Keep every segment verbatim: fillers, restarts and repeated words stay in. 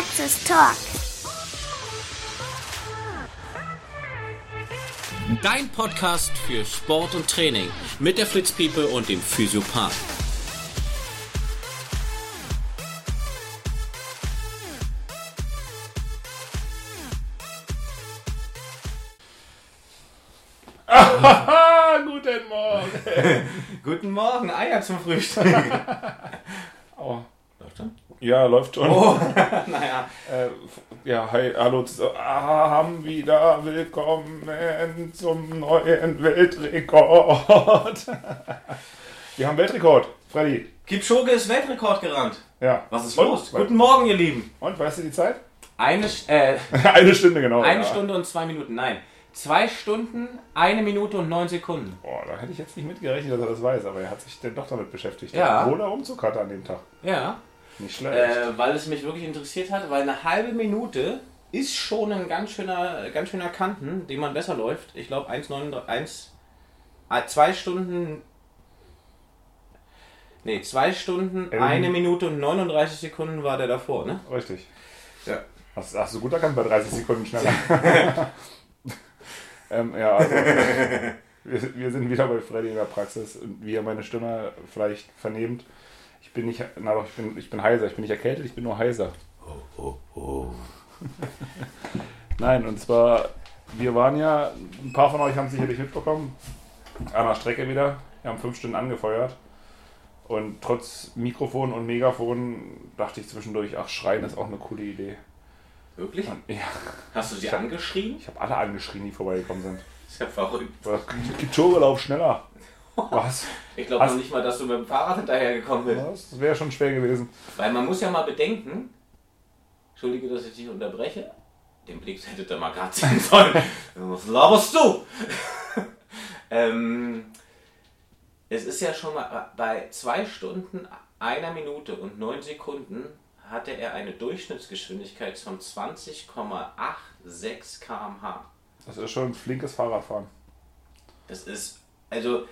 Praxis Talk. Dein Podcast für Sport und Training mit der Fritz Piepe und dem Physiopath. Guten Morgen. Guten Morgen, Eier zum Frühstück. Oh. Läuft schon? Ja, läuft schon. Oh, naja. Äh, ja, hi, hallo, ah, haben wieder willkommen zum neuen Weltrekord. Wir haben Weltrekord, Freddy. Kipchoge ist Weltrekord gerannt. Ja. Was ist Und? los? Guten Morgen, ihr Lieben. Und, weißt du die Zeit? Eine, äh, Eine Stunde, genau. eine ja. Stunde und zwei Minuten. Nein, zwei Stunden, eine Minute und neun Sekunden. Boah, da hätte ich jetzt nicht mitgerechnet, dass er das weiß, aber er hat sich denn doch damit beschäftigt. Ja. Obwohl er Umzug hatte an dem Tag. Ja. Nicht schlecht. Äh, weil es mich wirklich interessiert hat, weil eine halbe Minute ist schon ein ganz schöner, ganz schöner Kanten, den man besser läuft. Ich glaube eins Komma neununddreißig, zwei Stunden, nee, zwei Stunden, Ähm. eine Minute und neununddreißig Sekunden war der davor, ne? Richtig. Ja. Hast, hast du gut erkannt bei dreißig Sekunden schneller. ähm, ja, also, wir, wir sind wieder bei Freddy in der Praxis und wie ihr meine Stimme vielleicht vernehmt, ich bin nicht, na doch, ich bin, ich bin heiser, ich bin nicht erkältet, ich bin nur heiser. Oh, oh, oh. Nein, und zwar, wir waren ja, ein paar von euch haben es sicherlich mitbekommen, an der Strecke wieder, wir haben fünf Stunden angefeuert und trotz Mikrofon und Megafon dachte ich zwischendurch, ach, schreien ist auch eine coole Idee. Wirklich? Und, ja, Hast du sie Ich hab- angeschrien? ich habe alle angeschrien, die vorbeigekommen sind. Das ist ja verrückt. Kipchoge, lauf schneller. Was? Ich glaube noch Hast- nicht mal, dass du mit dem Fahrrad hinterhergekommen bist. Das wäre schon schwer gewesen. Weil man muss ja mal bedenken, entschuldige, dass ich dich unterbreche, den Blick hätte der mal gerade sehen sollen. Was laberst du? ähm, es ist ja schon mal, bei zwei Stunden, einer Minute und neun Sekunden hatte er eine Durchschnittsgeschwindigkeit von zwanzig Komma sechsundachtzig Kilometer pro Stunde. Das ist schon ein flinkes Fahrradfahren. Das ist, also,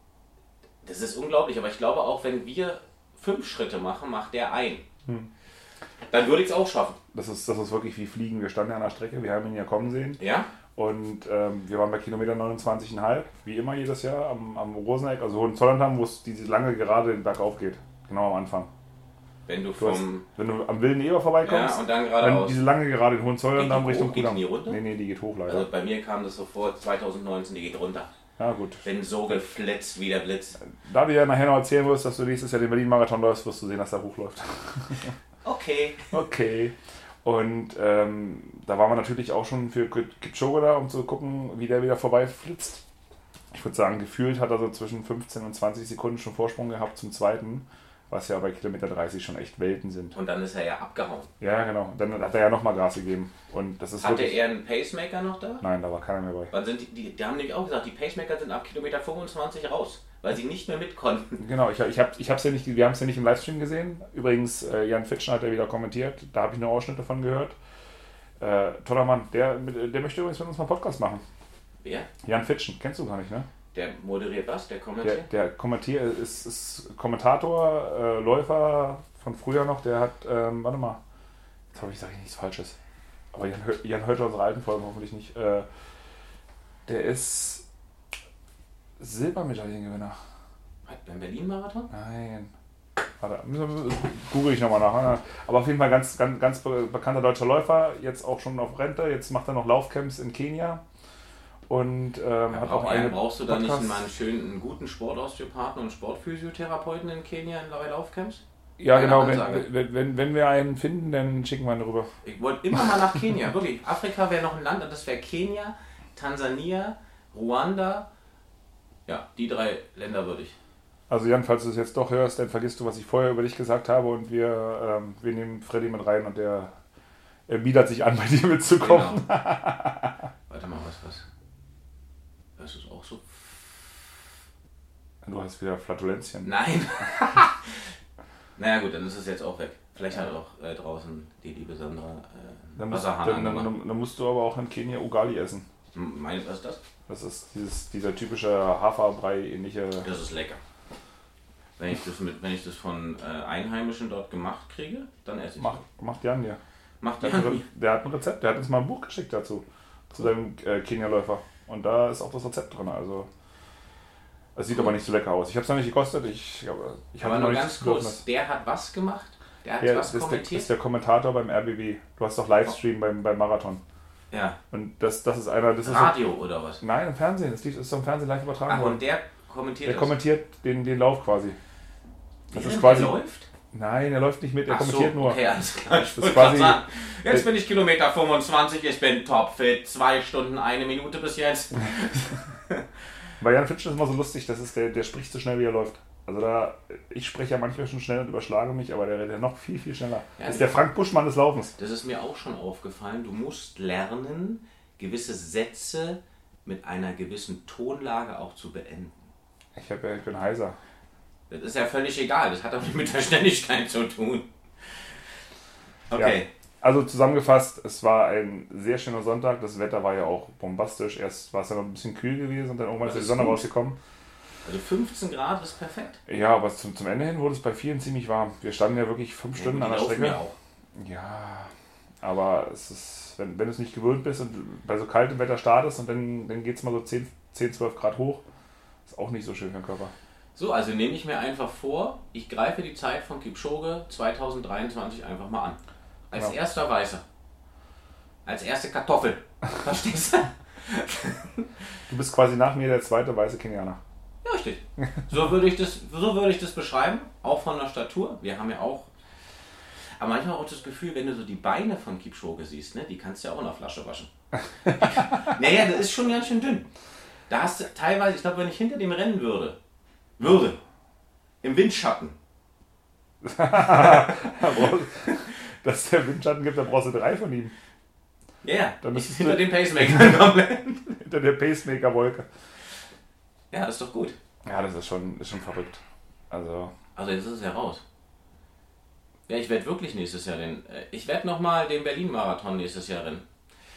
das ist unglaublich, aber ich glaube auch, wenn wir fünf Schritte machen, macht der ein. Hm. Dann würde ich es auch schaffen. Das ist, das ist wirklich wie Fliegen. Wir standen ja an der Strecke, wir haben ihn ja kommen sehen. Ja? Und ähm, wir waren bei Kilometer neunundzwanzig Komma fünf, wie immer jedes Jahr, am, am Roseneck, also Hohenzollerndamm, wo es diese lange Gerade den Berg aufgeht. Genau am Anfang. Wenn du Du hast, vom... wenn du am Wilden Eber vorbeikommst, Ja, und dann dann geradeaus. diese lange Gerade in Hohenzollerndamm Geht die Richtung hoch? Geht die Kudamm. nie runter? Nee, nee, die geht hoch leider. Also bei mir kam das so vor, zwanzig neunzehn, die geht runter. Ja gut. Wenn so geflitzt wie der Blitz. Da du ja nachher noch erzählen wirst, dass du nächstes Jahr den Berlin-Marathon läufst, wirst du sehen, dass der hochläuft. Okay. Okay. Und ähm, da waren wir natürlich auch schon für Kipchoge da, um zu gucken, wie der wieder vorbeiflitzt. Ich würde sagen, gefühlt hat er so zwischen fünfzehn und zwanzig Sekunden schon Vorsprung gehabt zum zweiten, was ja bei Kilometer dreißig schon echt Welten sind. Und dann ist er ja abgehauen. Ja, genau. Dann hat er ja nochmal Gas gegeben. Und das ist Hatte wirklich... er einen Pacemaker noch da? Nein, da war keiner mehr bei. Wann sind die, die, die haben nämlich auch gesagt, die Pacemaker sind ab Kilometer fünfundzwanzig raus, weil sie nicht mehr mit konnten. Genau, ich, ich hab, ich hab's ja nicht, wir haben es ja nicht im Livestream gesehen. Übrigens, äh, Jan Fitschen hat ja wieder kommentiert, da habe ich nur Ausschnitte von gehört. Äh, toller Mann, der, der möchte übrigens mit uns mal einen Podcast machen. Wer? Jan Fitschen, kennst du gar nicht, ne? Der moderiert was? Der Der, kommentiert? der kommentiert, ist, ist Kommentator, äh, Läufer von früher noch, der hat, ähm, warte mal, jetzt hoffe ich, sage ich nichts Falsches. Aber Jan, hör- Jan hört unsere alten Folgen hoffentlich nicht. Äh, der ist Silbermedaillengewinner. Beim Berlin-Marathon? Nein. Warte, müssen wir- google ich nochmal nach. ne? Aber auf jeden Fall ganz, ganz, ganz be- bekannter deutscher Läufer, jetzt auch schon auf Rente, jetzt macht er noch Laufcamps in Kenia. Und ähm, hat auch Ja, eine. brauchst du da nicht Podcast- mal einen schönen, einen guten Sportosteopathen und Sportphysiotherapeuten in Kenia in drei Laufcamps? Ja, Keine genau, Ansage. wenn, wenn, wenn, wenn wir einen finden, dann schicken wir ihn rüber. Ich wollte immer mal nach Kenia, wirklich. Afrika wäre noch ein Land, das wäre Kenia, Tansania, Ruanda. Ja, die drei Länder würde ich. Also Jan, falls du es jetzt doch hörst, dann vergisst du, was ich vorher über dich gesagt habe und wir, ähm, wir nehmen Freddy mit rein und der er bietet sich an, bei dir mitzukommen. Genau. Warte mal, was, was? Das ist auch so. Du hast wieder Flatulenzchen. Nein! Naja, gut, dann ist es jetzt auch weg. Vielleicht hat auch äh, draußen die liebe Sandra äh, Dann musst, Wasserhahn dann, angemacht. dann, dann musst du aber auch in Kenia Ugali essen. Hm, Mein, was ist das? Das ist dieses, dieser typische Haferbrei-ähnliche. Das ist lecker. Wenn ich das, mit, wenn ich das von äh, Einheimischen dort gemacht kriege, dann esse ich Macht, macht Jan dir. Macht der, hat ein, der hat ein Rezept, der hat uns mal ein Buch geschickt dazu, zu seinem äh, Kenia-Läufer. Und da ist auch das Rezept drin. Also, es sieht cool. aber nicht so lecker aus. Ich habe es noch nicht gekostet. Ich, ich aber nur ganz kurz, der hat was gemacht? Der hat der, was das kommentiert? Ist der, ist der Kommentator beim R B B. Du hast doch Livestream oh. beim, beim Marathon. Ja. Und das, das ist einer... Das Radio ist so, oder was? Nein, im Fernsehen. Das ist so im Fernsehen live übertragen Ach, worden. Und der kommentiert Der das? kommentiert den, den Lauf quasi. Das ist quasi... Der läuft? Nein, er läuft nicht mit, er Ach kommentiert so, nur. Okay, alles klar. Ich das ist quasi, sagen, jetzt bin ich Kilometer fünfundzwanzig, ich bin topfit, zwei Stunden, eine Minute bis jetzt. Bei Jan Fitsch ist immer so lustig, das ist der, der spricht so schnell, wie er läuft. Also da, ich spreche ja manchmal schon schnell und überschlage mich, aber der redet ja noch viel, viel schneller. Ja, das ist der Frank Buschmann des Laufens. Das ist mir auch schon aufgefallen. Du musst lernen, gewisse Sätze mit einer gewissen Tonlage auch zu beenden. Ich, hab ja, ich bin heiser. Das ist ja völlig egal, das hat auch nicht mit der Schnelligkeit zu tun. Okay. Ja, also zusammengefasst, es war ein sehr schöner Sonntag. Das Wetter war ja auch bombastisch. Erst war es ja noch ein bisschen kühl gewesen und dann irgendwann ist die Sonne gut. rausgekommen. Also fünfzehn Grad ist perfekt. Ja, aber zum, zum Ende hin wurde es bei vielen ziemlich warm. Wir standen ja wirklich fünf ja, Stunden an der Strecke. Auch. Ja, aber es ist, wenn, wenn du es nicht gewöhnt bist und bei so kaltem Wetter startest und dann, dann geht es mal so zehn, zwölf Grad hoch, ist auch nicht so schön für den Körper. So, also nehme ich mir einfach vor, ich greife die Zeit von Kipchoge zwanzig dreiundzwanzig einfach mal an. Als genau. erster Weißer. Als erste Kartoffel. Verstehst du? Du bist quasi nach mir der zweite weiße Kenianer. Ja, richtig. So würde ich das, so würde ich das beschreiben, auch von der Statur. Wir haben ja auch, aber manchmal auch das Gefühl, wenn du so die Beine von Kipchoge siehst, ne, die kannst du ja auch in der Flasche waschen. Naja, das ist schon ganz schön dünn. Da hast du teilweise, ich glaube, wenn ich hinter dem rennen würde, würde, im Windschatten. Dass es der Windschatten gibt, dann brauchst du drei von ihm. Ja, yeah, dann bist hinter dem Pacemaker komplett. Hinter der Pacemaker-Wolke. Ja, das ist doch gut. Ja, das ist schon, ist schon verrückt. Also, also jetzt ist es ja raus. Ja, ich werde wirklich nächstes Jahr rennen. Ich werde nochmal den Berlin-Marathon nächstes Jahr rennen.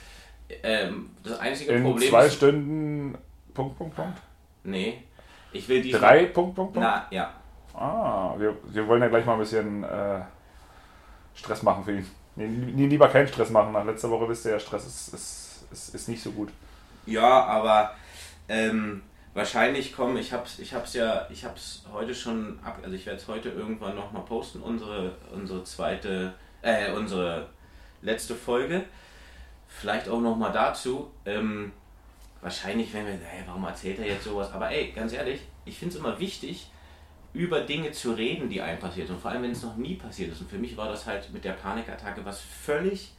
Ähm, das einzige in Problem zwei ist... Stunden... Punkt, Punkt, Punkt? Nee. Ich will diesen... Drei... Punkt, Punkt, Punkt? Na, ja. Ah, wir, wir wollen ja gleich mal ein bisschen äh, Stress machen für ihn. Nee, nee, lieber keinen Stress machen. Nach letzter Woche wisst ihr ja, Stress ist, ist, ist, ist nicht so gut. Ja, aber... Ähm, wahrscheinlich kommen, ich hab's, ich hab's ja, ich hab's heute schon ab, also ich werde es heute irgendwann nochmal posten, unsere, unsere zweite, äh, unsere letzte Folge. Vielleicht auch nochmal dazu. Ähm, wahrscheinlich werden wir, hey, warum erzählt er jetzt sowas? Aber ey, ganz ehrlich, ich finde es immer wichtig, über Dinge zu reden, die einem passiert sind. Und vor allem, wenn es noch nie passiert ist. Und für mich war das halt mit der Panikattacke was völlig,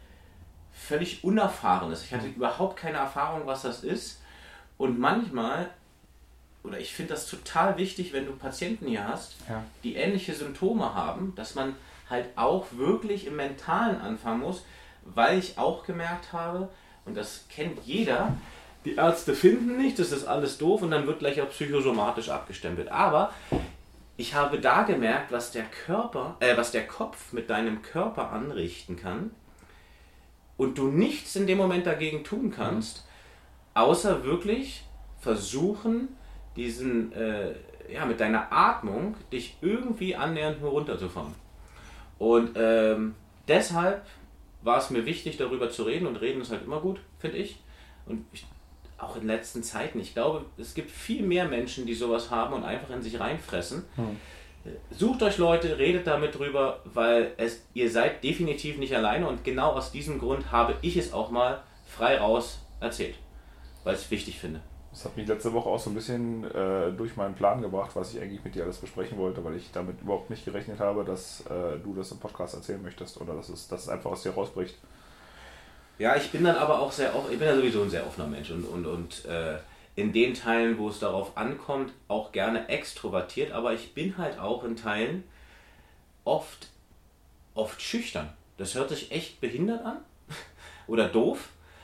völlig Unerfahrenes. Ich hatte überhaupt keine Erfahrung, was das ist. Und manchmal, oder ich finde das total wichtig, wenn du Patienten hier hast, ja. die ähnliche Symptome haben, dass man halt auch wirklich im Mentalen anfangen muss, weil ich auch gemerkt habe, und das kennt jeder, die Ärzte finden nichts, das ist alles doof und dann wird gleich auch psychosomatisch abgestempelt. Aber ich habe da gemerkt, was der Körper, äh, was der Kopf mit deinem Körper anrichten kann und du nichts in dem Moment dagegen tun kannst, mhm. außer wirklich versuchen, diesen, äh, ja, mit deiner Atmung dich irgendwie annähernd nur runterzufahren. Und ähm, deshalb war es mir wichtig, darüber zu reden, und reden ist halt immer gut, finde ich. Und ich, auch in letzten Zeiten, ich glaube, es gibt viel mehr Menschen, die sowas haben und einfach in sich reinfressen. Hm. Sucht euch Leute, redet damit drüber, weil es, ihr seid definitiv nicht alleine, und genau aus diesem Grund habe ich es auch mal frei raus erzählt. Weil ich es wichtig finde. Das hat mich letzte Woche auch so ein bisschen äh, durch meinen Plan gebracht, was ich eigentlich mit dir alles besprechen wollte, weil ich damit überhaupt nicht gerechnet habe, dass äh, du das im Podcast erzählen möchtest oder dass es, dass es einfach aus dir rausbricht. Ja, ich bin dann aber auch sehr, ich bin ja sowieso ein sehr offener Mensch und, und, und äh, in den Teilen, wo es darauf ankommt, auch gerne extrovertiert, aber ich bin halt auch in Teilen oft, oft schüchtern. Das hört sich echt behindert an oder doof,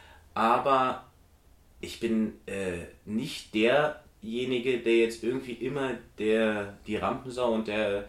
aber ich bin äh, nicht derjenige, der jetzt irgendwie immer der, die Rampensau und der,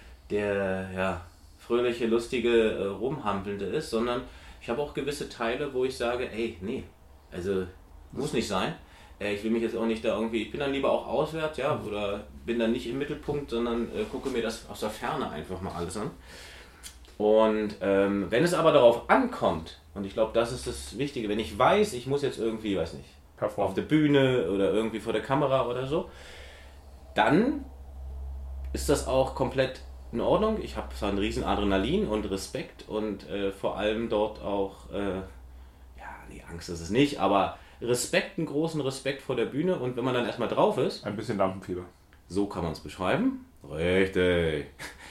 der ja, fröhliche, lustige, äh, rumhampelnde ist, sondern ich habe auch gewisse Teile, wo ich sage, ey, nee, also muss nicht sein. Äh, ich will mich jetzt auch nicht da irgendwie, ich bin dann lieber auch auswärts, ja, oder bin dann nicht im Mittelpunkt, sondern äh, gucke mir das aus der Ferne einfach mal alles an. Und ähm, wenn es aber darauf ankommt, und ich glaube, das ist das Wichtige, wenn ich weiß, ich muss jetzt irgendwie, weiß nicht, Perform. auf der Bühne oder irgendwie vor der Kamera oder so, dann ist das auch komplett in Ordnung. Ich habe zwar einen riesen Adrenalin und Respekt und äh, vor allem dort auch, äh, ja, die Angst ist es nicht, aber Respekt, einen großen Respekt vor der Bühne, und wenn man dann erstmal drauf ist... Ein bisschen Lampenfieber. So kann man es beschreiben. Richtig.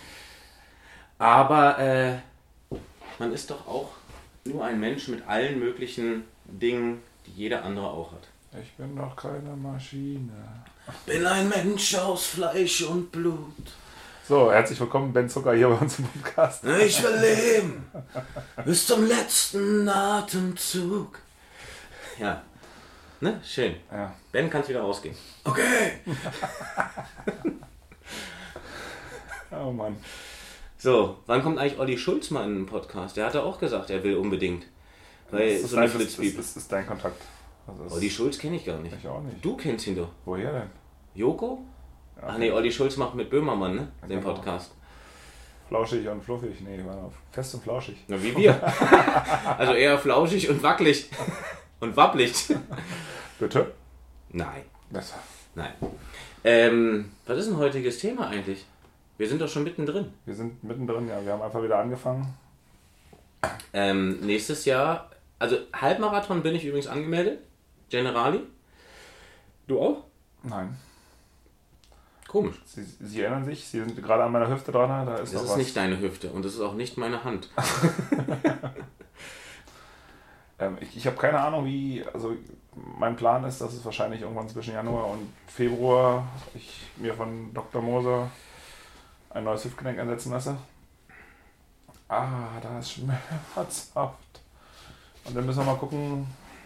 Aber äh, man ist doch auch nur ein Mensch mit allen möglichen Dingen, die jeder andere auch hat. Ich bin doch keine Maschine. Bin ein Mensch aus Fleisch und Blut. So, herzlich willkommen, Ben Zucker, hier bei uns im Podcast. Ich will leben bis zum letzten Atemzug. Ja, ne? Schön. Ja. Ben, kannst wieder rausgehen. Okay. Oh Mann. So, wann kommt eigentlich Olli Schulz mal in den Podcast? Der hatte auch gesagt, er will unbedingt. Weil Das ist, so eine dein, das, Flitzpiepe. das, das ist dein Kontakt. Also das Olli Schulz kenne ich gar nicht. Ich auch nicht. Du kennst ihn doch. Woher denn? Joko? Ja, Ach nee, Olli Schulz macht mit Böhmermann, ne? Den genau. Podcast. Flauschig und fluffig. Nee, die waren fest und flauschig. Na, wie wir. Also eher flauschig und wackelig. Und wappelig. Bitte? Nein, Besser. nein. Ähm, was ist ein heutiges Thema eigentlich? Wir sind doch schon mittendrin. Wir sind mittendrin, ja. Wir haben einfach wieder angefangen. Ähm, nächstes Jahr, also Halbmarathon bin ich übrigens angemeldet. Generali. Du auch? Nein. Komisch. Sie, Sie erinnern sich, Sie sind gerade an meiner Hüfte dran. Da ist Das noch ist was. nicht deine Hüfte und das ist auch nicht meine Hand. ähm, ich ich habe keine Ahnung, wie. Also, mein Plan ist, dass es wahrscheinlich irgendwann zwischen Januar und Februar ich mir von Doktor Moser ein neues Hüftgelenk einsetzen lasse. Ah, da ist schmerzhaft. Und dann müssen wir mal gucken.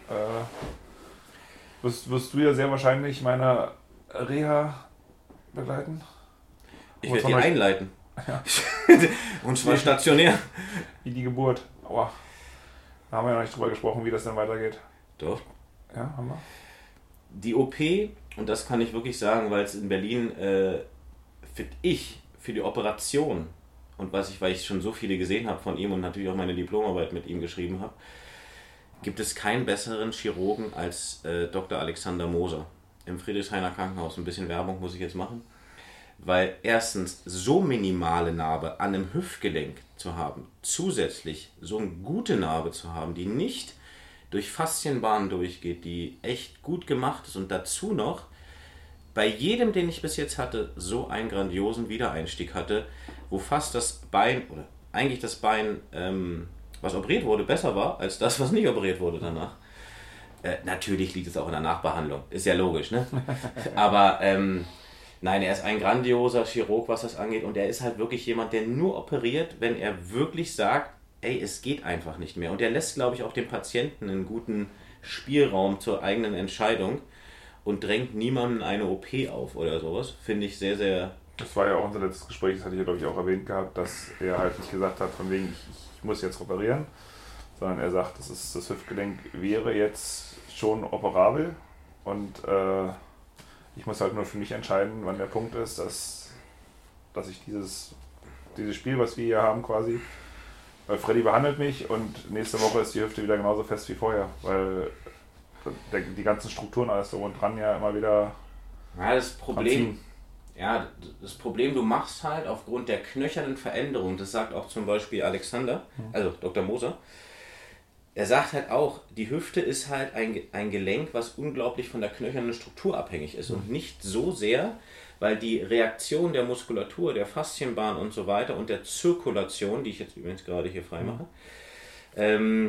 Äh, wirst, wirst du ja sehr wahrscheinlich meine Reha begleiten? Ich Wovon werde die euch- einleiten. Ja. Und zwar stationär. Wie die Geburt. Aua. Da haben wir ja noch nicht drüber gesprochen, wie das dann weitergeht. Doch. Ja, haben wir? Die O P, und das kann ich wirklich sagen, weil es in Berlin, äh, finde ich, für die Operation, und was ich, weil ich schon so viele gesehen habe von ihm und natürlich auch meine Diplomarbeit mit ihm geschrieben habe, gibt es keinen besseren Chirurgen als äh, Doktor Alexander Moser im Friedrichshainer Krankenhaus. Ein bisschen Werbung muss ich jetzt machen. Weil erstens so minimale Narbe an einem Hüftgelenk zu haben, zusätzlich so eine gute Narbe zu haben, die nicht durch Faszienbahnen durchgeht, die echt gut gemacht ist und dazu noch bei jedem, den ich bis jetzt hatte, so einen grandiosen Wiedereinstieg hatte, wo fast das Bein, oder eigentlich das Bein, ähm, was operiert wurde, besser war als das, was nicht operiert wurde danach. Äh, natürlich liegt es auch in der Nachbehandlung, ist ja logisch, ne? Aber ähm, nein, er ist ein grandioser Chirurg, was das angeht, und er ist halt wirklich jemand, der nur operiert, wenn er wirklich sagt, ey, es geht einfach nicht mehr. Und er lässt, glaube ich, auch dem Patienten einen guten Spielraum zur eigenen Entscheidung und drängt niemandem eine O P auf oder sowas. Finde ich sehr, sehr... Das war ja auch unser letztes Gespräch, das hatte ich ja, glaube ich, auch erwähnt gehabt, dass er halt nicht gesagt hat, von wegen, ich, ich muss jetzt operieren, sondern er sagt, das, ist, das Hüftgelenk wäre jetzt schon operabel und äh, ich muss halt nur für mich entscheiden, wann der Punkt ist, dass, dass ich dieses, dieses Spiel, was wir hier haben quasi, weil Freddy behandelt mich und nächste Woche ist die Hüfte wieder genauso fest wie vorher, weil der, die ganzen Strukturen, alles drum und dran ja immer wieder Ja, das Problem... anziehen. Ja, das Problem, du machst halt aufgrund der knöchernen Veränderung, das sagt auch zum Beispiel Alexander, also Doktor Moser, er sagt halt auch, die Hüfte ist halt ein, ein Gelenk, was unglaublich von der knöchernen Struktur abhängig ist und nicht so sehr, weil die Reaktion der Muskulatur, der Faszienbahn und so weiter und der Zirkulation, die ich jetzt übrigens gerade hier frei mache, ähm,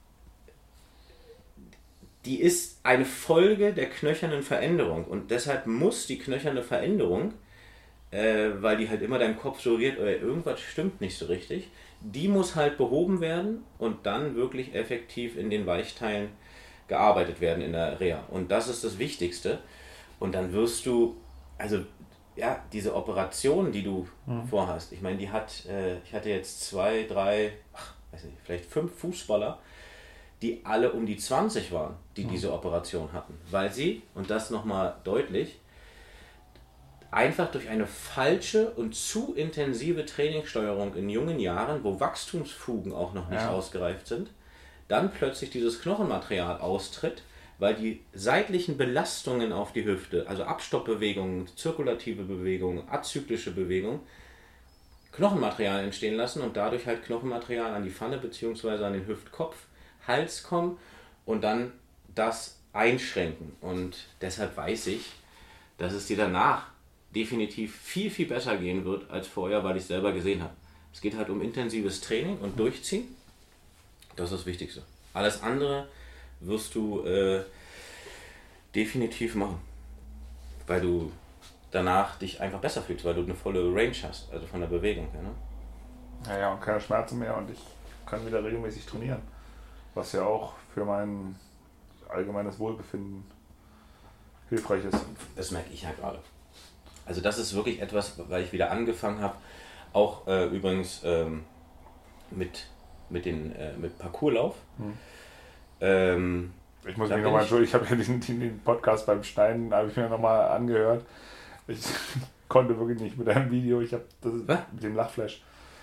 die ist eine Folge der knöchernen Veränderung und deshalb muss die knöcherne Veränderung, äh, weil die halt immer deinem Kopf suggeriert, oder irgendwas stimmt nicht so richtig, die muss halt behoben werden und dann wirklich effektiv in den Weichteilen gearbeitet werden in der Reha. Und das ist das Wichtigste. Und dann wirst du, also ja, diese Operation, die du mhm. vorhast, ich meine, die hat, äh, ich hatte jetzt zwei, drei, ach, weiß nicht, vielleicht fünf Fußballer, die alle um die zwanzig waren, die diese Operation hatten. Weil sie, und das nochmal deutlich, einfach durch eine falsche und zu intensive Trainingssteuerung in jungen Jahren, wo Wachstumsfugen auch noch nicht ja. ausgereift sind, dann plötzlich dieses Knochenmaterial austritt, weil die seitlichen Belastungen auf die Hüfte, also Abstoppbewegungen, zirkulative Bewegungen, azyklische Bewegungen, Knochenmaterial entstehen lassen und dadurch halt Knochenmaterial an die Pfanne bzw. an den Hüftkopf, Hals kommen und dann das einschränken. Und deshalb weiß ich, dass es dir danach definitiv viel, viel besser gehen wird als vorher, weil ich es selber gesehen habe. Es geht halt um intensives Training und Durchziehen. Das ist das Wichtigste. Alles andere wirst du äh, definitiv machen, weil du danach dich einfach besser fühlst, weil du eine volle Range hast, also von der Bewegung her. Ne? Ja, ja, und keine Schmerzen mehr und ich kann wieder regelmäßig trainieren, was ja auch für mein allgemeines Wohlbefinden hilfreich ist. Das merke ich ja gerade. Also das ist wirklich etwas, weil ich wieder angefangen habe, auch äh, übrigens ähm, mit, mit, den, äh, mit Parkourlauf. Hm. Ähm, ich muss mich nochmal entschuldigen, ich habe ja diesen, den Podcast beim Schneiden, habe ich mir nochmal angehört. Ich konnte wirklich nicht mit einem Video, ich habe das ist mit dem Lachflash.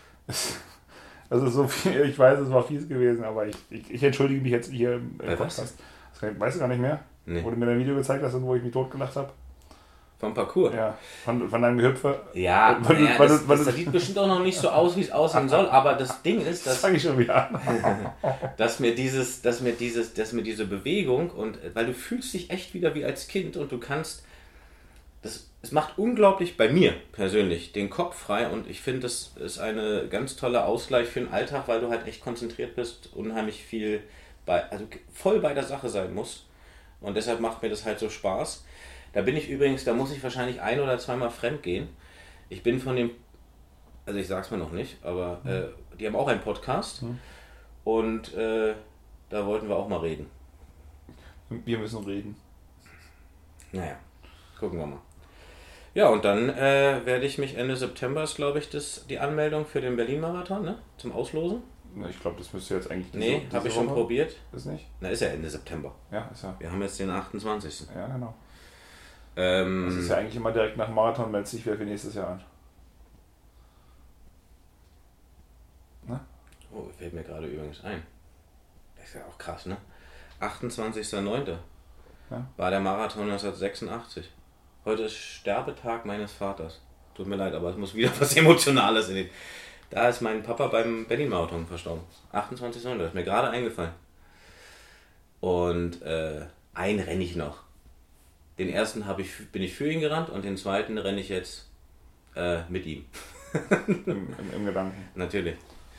Also so viel, ich weiß, es war fies gewesen, aber ich, ich, ich entschuldige mich jetzt hier im, im Podcast. Das weißt du gar nicht mehr? Nee. Wo du mir ein Video gezeigt hast und wo ich mich totgelacht habe? Vom Parcours? Ja, von, von deinem Gehüpfe. Ja, weil ja du, das, das, das sieht bestimmt auch noch nicht so aus, wie es aussehen soll, aber das Ding ist, dass, das ich schon wieder dass, mir dieses, dass, mir dieses, dass mir diese Bewegung, und weil du fühlst dich echt wieder wie als Kind und du kannst, das, es macht unglaublich bei mir persönlich den Kopf frei und ich finde, das ist eine ganz tolle Ausgleich für den Alltag, weil du halt echt konzentriert bist, unheimlich viel, bei, also voll bei der Sache sein musst und deshalb macht mir das halt so Spaß. Da bin ich übrigens, da muss ich wahrscheinlich ein- oder zweimal fremd gehen. Ich bin von dem, also ich sag's mir noch nicht, aber mhm. äh, die haben auch einen Podcast mhm. und äh, da wollten wir auch mal reden. Wir müssen reden. Naja, gucken wir mal. Ja, und dann äh, werde ich mich Ende September, ist glaube ich das, die Anmeldung für den Berlin-Marathon, ne? Zum Auslosen. Ich glaube, das müsste jetzt eigentlich... Nee, habe ich schon Woche. probiert. Ist nicht? Na, ist ja Ende September. Ja, ist ja. Wir haben jetzt den achtundzwanzigsten Ja, genau. Ähm, das ist ja eigentlich immer direkt nach dem Marathon, meldet sich wer für nächstes Jahr an. Ne? Oh, fällt mir gerade übrigens ein. Das ist ja auch krass, ne? achtundzwanzigster neunter Ja. War der Marathon neunzehnhundertsechsundachtzig. Heute ist Sterbetag meines Vaters. Tut mir leid, aber es muss wieder was Emotionales in den... Da ist mein Papa beim Berlin-Marathon verstorben. achtundzwanzigster neunter Ist mir gerade eingefallen. Und äh, einen renne ich noch. Den ersten hab ich, bin ich für ihn gerannt und den zweiten renne ich jetzt äh, mit ihm. Im, im, Im Gedanken. Natürlich.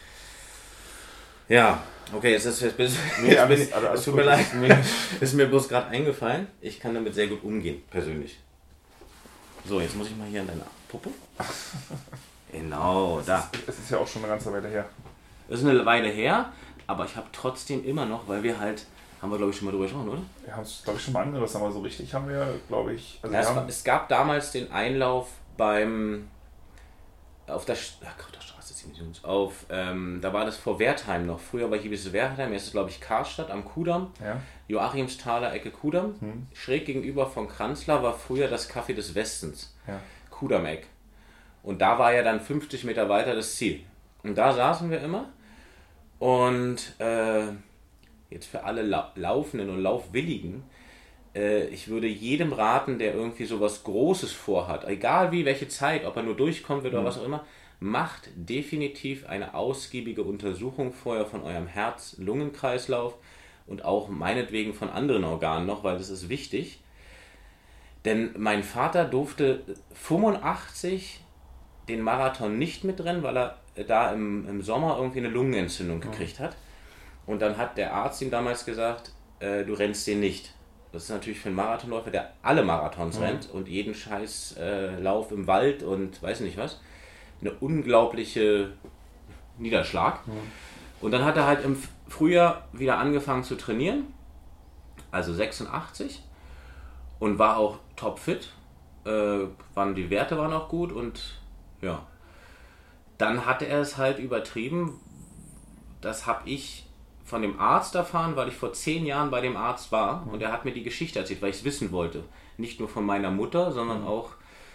Ja, okay, jetzt ist es jetzt, nee, jetzt alles, bin ich, alles, alles es tut mir leid, nee. Ist mir bloß gerade eingefallen. Ich kann damit sehr gut umgehen, persönlich. So, jetzt muss ich mal hier an deine Puppe. Genau, da. Es ist ja auch schon eine ganze Weile her. Es ist eine Weile her, aber ich habe trotzdem immer noch, weil wir halt, haben wir glaube ich schon mal drüber gesprochen, oder? Wir haben es glaube ich schon mal angerissen, aber so richtig haben wir, glaube ich... Also ja, wir es, haben es gab damals den Einlauf beim, auf der, ach Gott, der Straße ziemlich uns auf, ähm, da war das vor Wertheim noch. Früher war hier bis Wertheim, jetzt ist es glaube ich Karstadt am Kudamm. Ja. Joachimsthaler Ecke Kudamm. Hm. Schräg gegenüber von Kranzler war früher das Café des Westens. Ja. Kudamm-Eck. Und da war ja dann fünfzig Meter weiter das Ziel. Und da saßen wir immer. Und äh, jetzt für alle La- Laufenden und Laufwilligen, äh, ich würde jedem raten, der irgendwie sowas Großes vorhat, egal wie, welche Zeit, ob er nur durchkommen wird oder mhm. was auch immer, macht definitiv eine ausgiebige Untersuchung vorher von eurem Herz-Lungen-Kreislauf und auch meinetwegen von anderen Organen noch, weil das ist wichtig. Denn mein Vater durfte fünfundachtzig den Marathon nicht mitrennen, weil er da im, im Sommer irgendwie eine Lungenentzündung gekriegt hat. Und dann hat der Arzt ihm damals gesagt, äh, du rennst den nicht. Das ist natürlich für einen Marathonläufer, der alle Marathons mhm. rennt und jeden scheiß äh, Lauf im Wald und weiß nicht was, eine unglaubliche Niederschlag. Mhm. Und dann hat er halt im Frühjahr wieder angefangen zu trainieren, also sechsundachtzig, und war auch topfit. Äh, waren, die Werte waren auch gut und ja. Dann hat er es halt übertrieben. Das habe ich von dem Arzt erfahren, weil ich vor zehn Jahren bei dem Arzt war und er hat mir die Geschichte erzählt, weil ich es wissen wollte. Nicht nur von meiner Mutter, sondern auch,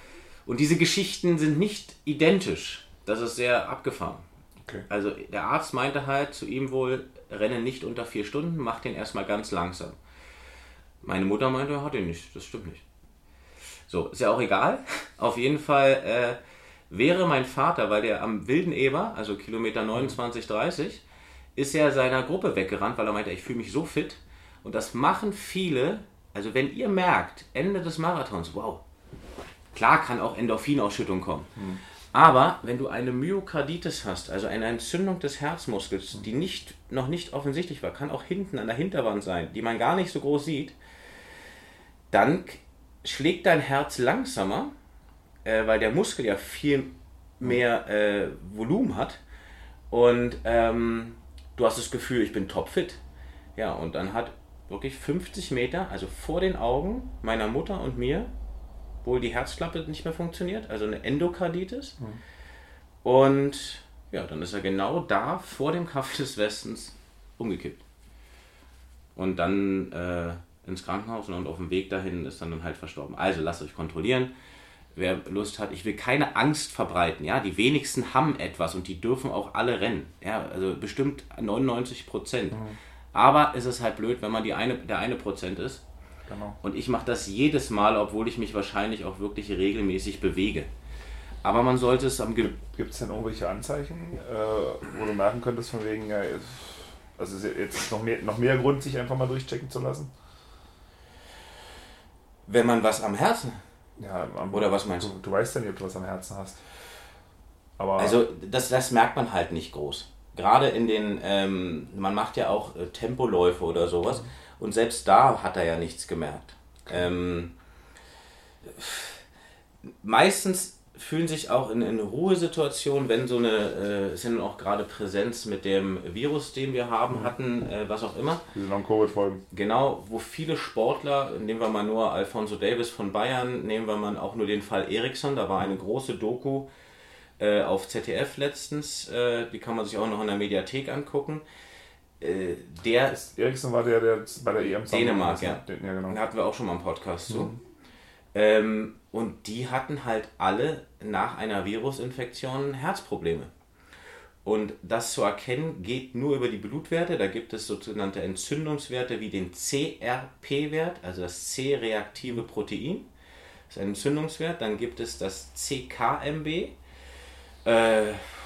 Und diese Geschichten sind nicht identisch. Das ist sehr abgefahren. Okay. Also der Arzt meinte halt zu ihm wohl, renne nicht unter vier Stunden, mach den erstmal ganz langsam. Meine Mutter meinte, er hat ihn nicht, das stimmt nicht. So, ist ja auch egal. Auf jeden Fall äh, wäre mein Vater, weil der am Wilden Eber, also Kilometer neunundzwanzig, dreißig, ist er seiner Gruppe weggerannt, weil er meinte, ich fühle mich so fit. Und das machen viele, also wenn ihr merkt, Ende des Marathons, wow, klar kann auch Endorphinausschüttung kommen. Hm. Aber wenn du eine Myokarditis hast, also eine Entzündung des Herzmuskels, die nicht, noch nicht offensichtlich war, kann auch hinten an der Hinterwand sein, die man gar nicht so groß sieht, dann schlägt dein Herz langsamer, äh, weil der Muskel ja viel mehr äh, Volumen hat und ähm, du hast das Gefühl, ich bin topfit. Ja, und dann hat wirklich fünfzig Meter, also vor den Augen meiner Mutter und mir, wohl die Herzklappe nicht mehr funktioniert, also eine Endokarditis. Mhm. Und ja, dann ist er genau da vor dem Café des Westens umgekippt. Und dann äh, ins Krankenhaus und auf dem Weg dahin ist dann, dann halt verstorben. Also lasst euch kontrollieren, wer Lust hat. Ich will keine Angst verbreiten. Ja? Die wenigsten haben etwas und die dürfen auch alle rennen. Ja? Also bestimmt neunundneunzig Prozent. Mhm. Aber es ist halt blöd, wenn man die eine, der eine Prozent ist. Genau. Und ich mache das jedes Mal, obwohl ich mich wahrscheinlich auch wirklich regelmäßig bewege. Aber man sollte es am... Ge- Gibt es denn irgendwelche Anzeichen, äh, wo du merken könntest, von wegen, ja, also jetzt ist noch mehr, noch mehr Grund, sich einfach mal durchchecken zu lassen? Wenn man was am Herzen... Ja, am, oder was meinst du? Du, du weißt ja nicht, ob du was am Herzen hast. Aber also das, das merkt man halt nicht groß. Gerade in den... Ähm, man macht ja auch äh, Tempoläufe oder sowas. Mhm. Und selbst da hat er ja nichts gemerkt. Okay. Ähm, meistens fühlen sich auch in, in Ruhesituationen, wenn so eine, äh, sind auch gerade Präsenz mit dem Virus, den wir haben, hatten, äh, was auch immer. Diese Long-Covid-Folgen. Genau, wo viele Sportler, nehmen wir mal nur Alphonso Davies von Bayern, nehmen wir mal auch nur den Fall Eriksson, da war eine große Doku äh, auf Z D F letztens, äh, die kann man sich auch noch in der Mediathek angucken. Äh, der Eriksson war der, der bei der E M Dänemark, ja. Den, ja genau. Da hatten wir auch schon mal einen Podcast zu. Mhm. Ähm, und die hatten halt alle nach einer Virusinfektion Herzprobleme. Und das zu erkennen geht nur über die Blutwerte. Da gibt es sogenannte Entzündungswerte wie den C R P-Wert, also das C-reaktive Protein. Das ist ein Entzündungswert. Dann gibt es das C K M B, äh,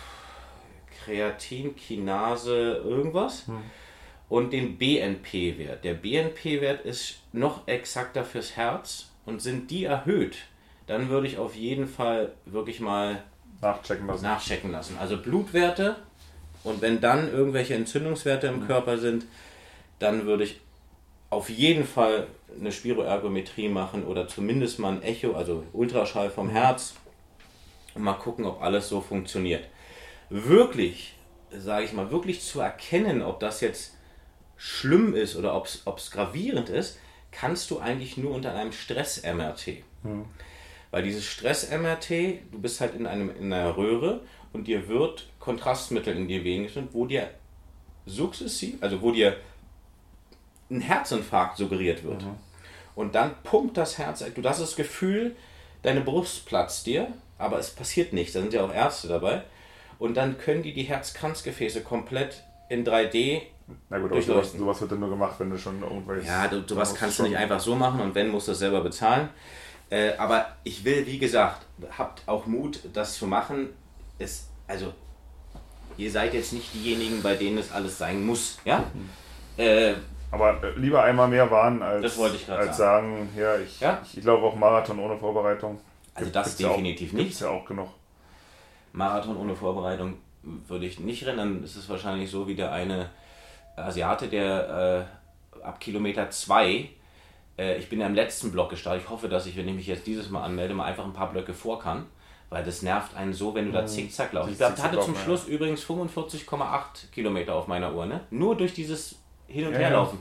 Kreatinkinase irgendwas. Hm. Und den B N P-Wert. Der B N P-Wert ist noch exakter fürs Herz. Und sind die erhöht, dann würde ich auf jeden Fall wirklich mal nachchecken lassen. nachchecken lassen. Also Blutwerte, und wenn dann irgendwelche Entzündungswerte im mhm. Körper sind, dann würde ich auf jeden Fall eine Spiroergometrie machen oder zumindest mal ein Echo, also Ultraschall vom Herz, und mal gucken, ob alles so funktioniert. Wirklich, sage ich mal, wirklich zu erkennen, ob das jetzt schlimm ist oder ob es gravierend ist, kannst du eigentlich nur unter einem Stress-M R T. Hm. Weil dieses Stress-M R T, du bist halt in, einem, in einer Röhre und dir wird Kontrastmittel in die Venen geschnitten, wo dir sukzessiv, also wo dir ein Herzinfarkt suggeriert wird. Mhm. Und dann pumpt das Herz, du hast das Gefühl, deine Brust platzt dir, aber es passiert nichts, da sind ja auch Ärzte dabei. Und dann können die die Herzkranzgefäße komplett in drei D Na gut, aber sowas, sowas wird dann nur gemacht, wenn du schon irgendwas... Ja, du, sowas kannst du nicht einfach so machen und wenn, musst du es selber bezahlen. Äh, aber ich will, wie gesagt, habt auch Mut, das zu machen. Es, also, ihr seid jetzt nicht diejenigen, bei denen es alles sein muss. Ja? Mhm. Äh, aber lieber einmal mehr warnen, als, das wollte ich als sagen. sagen, ja, ich, ja? ich, ich glaube auch Marathon ohne Vorbereitung. Also das definitiv ja auch, nicht. Gibt's ja auch genug. Marathon ohne Vorbereitung würde ich nicht rennen, dann ist es wahrscheinlich so wie der eine Asiate, der äh, ab Kilometer zwei, äh, ich bin ja im letzten Block gestartet, ich hoffe, dass ich, wenn ich mich jetzt dieses Mal anmelde, mal einfach ein paar Blöcke vor kann, weil das nervt einen so, wenn du da zickzack laufst. Ich hatte zum Schluss ja. übrigens fünfundvierzig Komma acht Kilometer auf meiner Uhr, ne? Nur durch dieses Hin- und ja, Herlaufen.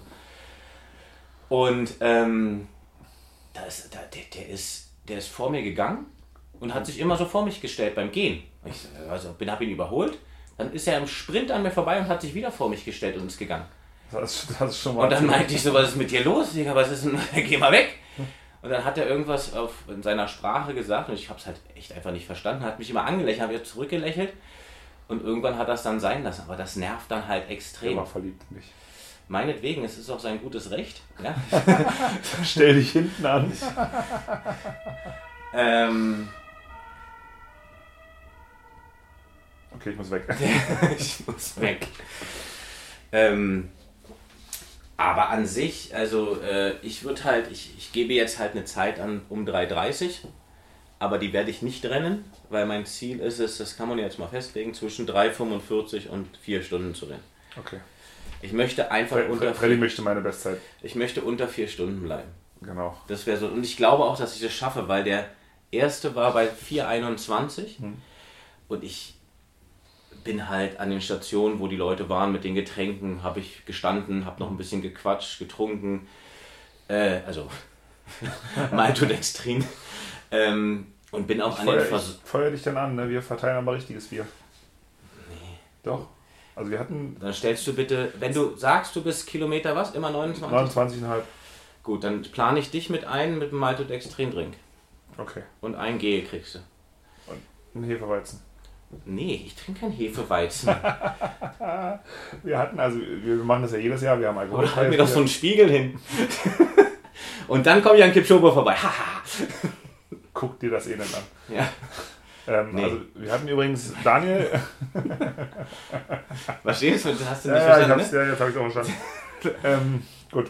Ja. Und ähm, das, der, der, ist, der ist vor mir gegangen und hat sich immer so vor mich gestellt beim Gehen. Ich also, bin, habe ihn überholt. Dann ist er im Sprint an mir vorbei und hat sich wieder vor mich gestellt und ist gegangen. Das, das ist schon mal und dann meinte ich so, was ist mit dir los? Digga, was ist denn? Geh mal weg. Und dann hat er irgendwas auf, in seiner Sprache gesagt und ich habe es halt echt einfach nicht verstanden. Hat mich immer angelächelt, habe wieder zurückgelächelt und irgendwann hat er es dann sein lassen. Aber das nervt dann halt extrem. Er war verliebt in mich. Meinetwegen, es ist auch sein gutes Recht. Ja? Stell dich hinten an. ähm, okay, ich muss weg. ich muss weg. Ähm, aber an sich, also äh, ich würde halt, ich, ich gebe jetzt halt eine Zeit an um drei Uhr dreißig, aber die werde ich nicht rennen, weil mein Ziel ist es, das kann man jetzt mal festlegen, zwischen drei Uhr fünfundvierzig und vier Stunden zu rennen. Okay. Ich möchte einfach Fre- unter Freddy vier, möchte meine Bestzeit. ich möchte unter vier Stunden bleiben. Genau. Das wäre so, und ich glaube auch, dass ich das schaffe, weil der erste war bei vier Uhr einundzwanzig hm. und ich bin halt an den Stationen, wo die Leute waren mit den Getränken, habe ich gestanden, habe noch ein bisschen gequatscht, getrunken, äh, also Maltodextrin ähm, und bin auch ich an feuer, den Vers- ich feuer dich dann an, ne? Wir verteilen aber richtiges Bier. Nee. Doch. Also wir hatten... Dann stellst du bitte, wenn du sagst, du bist Kilometer was, immer neunundzwanzig? neunundzwanzig Komma fünf. Gut, dann plane ich dich mit ein mit einem Maltodextrin-Drink. Okay. Und ein Gel kriegst du. Und ein Hefeweizen. Nee, ich trinke kein Hefeweizen. Wir hatten, also wir machen das ja jedes Jahr, wir haben Alkohol. Oder halt mir doch so einen Spiegel hin. Und dann komme ich an Kipchoge vorbei. Guck dir das eh nicht an. Ja. Ähm, Nee. Also wir hatten übrigens Daniel. Verstehst du? Hast du nicht ja, ja, ich verstanden, hab's, ja, jetzt habe ich auch verstanden. ähm, gut.